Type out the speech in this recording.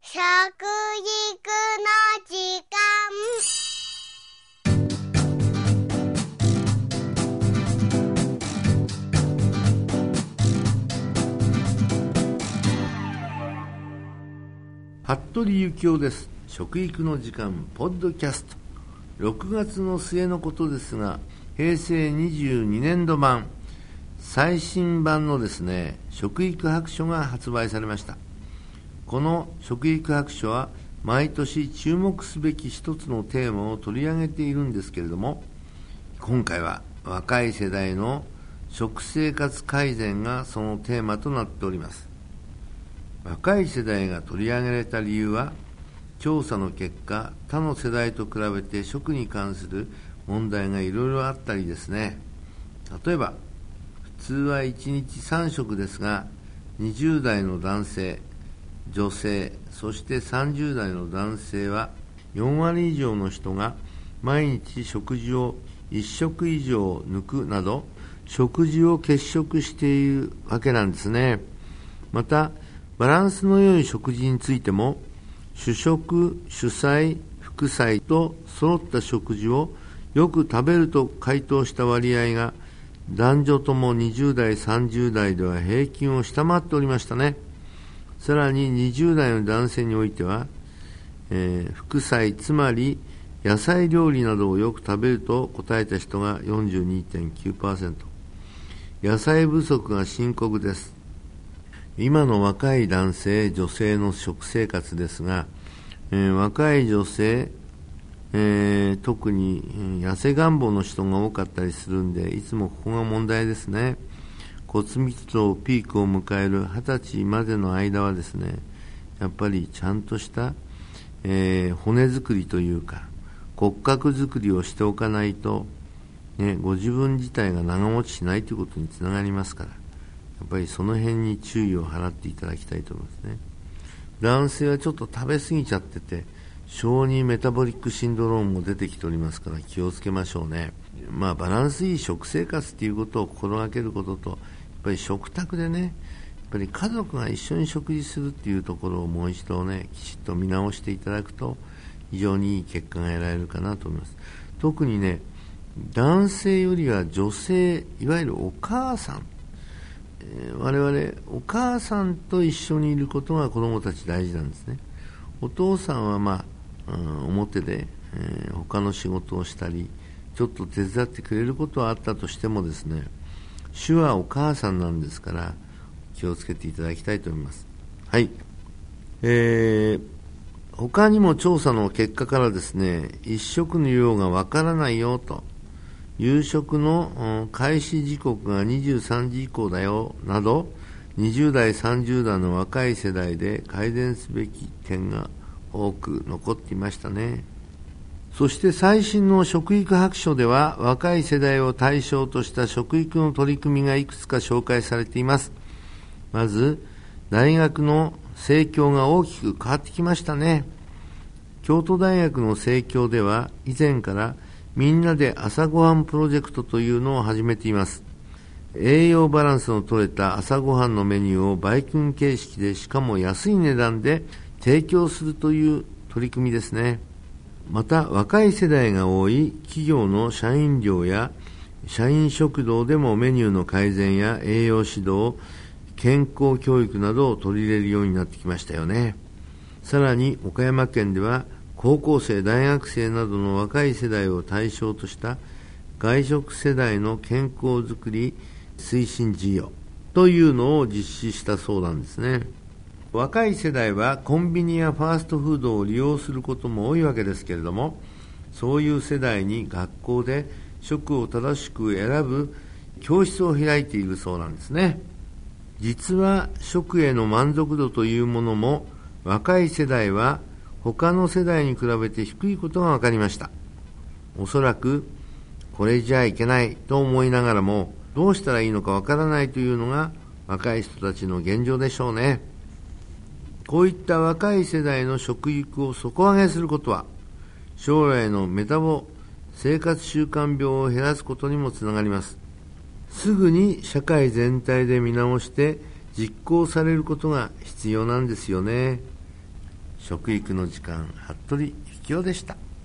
食育の時間。 服部幸男です。食育の時間ポッドキャスト。6月の末のことですが、平成22年度版最新版のですね、食育白書が発売されました。この食育白書は毎年注目すべき一つのテーマを取り上げているんですけれども、今回は若い世代の食生活改善がそのテーマとなっております。若い世代が取り上げられた理由は、調査の結果、他の世代と比べて食に関する問題がいろいろあったりですね。例えば、普通は1日3食ですが、20代の男性、女性、そして30代の男性は4割以上の人が毎日食事を1食以上抜くなど、食事を欠食しているわけなんですね。また、バランスの良い食事についても、主食、主菜、副菜と揃った食事をよく食べると回答した割合が、男女とも20代、30代では平均を下回っておりましたね。さらに20代の男性においては、副菜、つまり野菜料理などをよく食べると答えた人が 42.9%。野菜不足が深刻です。今の若い男性、女性の食生活ですが、若い女性、特に痩せ願望の人が多かったりするんで、いつもここが問題ですね。骨密度ピークを迎える20歳までの間はですね、やっぱりちゃんとした、骨作りというか骨格作りをしておかないと、ご自分自体が長持ちしないということにつながりますから、やっぱりその辺に注意を払っていただきたいと思いますね。男性はちょっと食べ過ぎちゃってて、小児メタボリックシンドロームも出てきておりますから気をつけましょうね。バランスいい食生活ということを心がけることと、やっぱり食卓でね、やっぱり家族が一緒に食事するっていうところをもう一度ね、きちっと見直していただくと非常にいい結果が得られるかなと思います。特にね、男性よりは女性、いわゆるお母さん、我々お母さんと一緒にいることが子どもたち大事なんですね。お父さんは表で、他の仕事をしたりちょっと手伝ってくれることはあったとしてもですね、主はお母さんなんですから気をつけていただきたいと思います。はい。他にも調査の結果からですね、一食の量がわからないよと、夕食の開始時刻が23時以降だよなど、20代30代の若い世代で改善すべき点が多く残っていましたね。そして最新の食育白書では、若い世代を対象とした食育の取り組みがいくつか紹介されています。まず、大学の生協が大きく変わってきましたね。京都大学の生協では、以前からみんなで朝ごはんプロジェクトというのを始めています。栄養バランスの取れた朝ごはんのメニューをバイキング形式で、しかも安い値段で提供するという取り組みですね。また、若い世代が多い企業の社員寮や社員食堂でもメニューの改善や栄養指導、健康教育などを取り入れるようになってきましたよね。さらに岡山県では高校生、大学生などの若い世代を対象とした外食世代の健康づくり推進事業というのを実施したそうなんですね。若い世代はコンビニやファーストフードを利用することも多いわけですけれども、そういう世代に学校で食を正しく選ぶ教室を開いているそうなんですね。実は食への満足度というものも、若い世代は他の世代に比べて低いことが分かりました。おそらくこれじゃいけないと思いながらも、どうしたらいいのか分からないというのが若い人たちの現状でしょうね。こういった若い世代の食育を底上げすることは、将来のメタボ生活習慣病を減らすことにもつながります。すぐに社会全体で見直して実行されることが必要なんですよね。 食育の時間、服部幸男でした。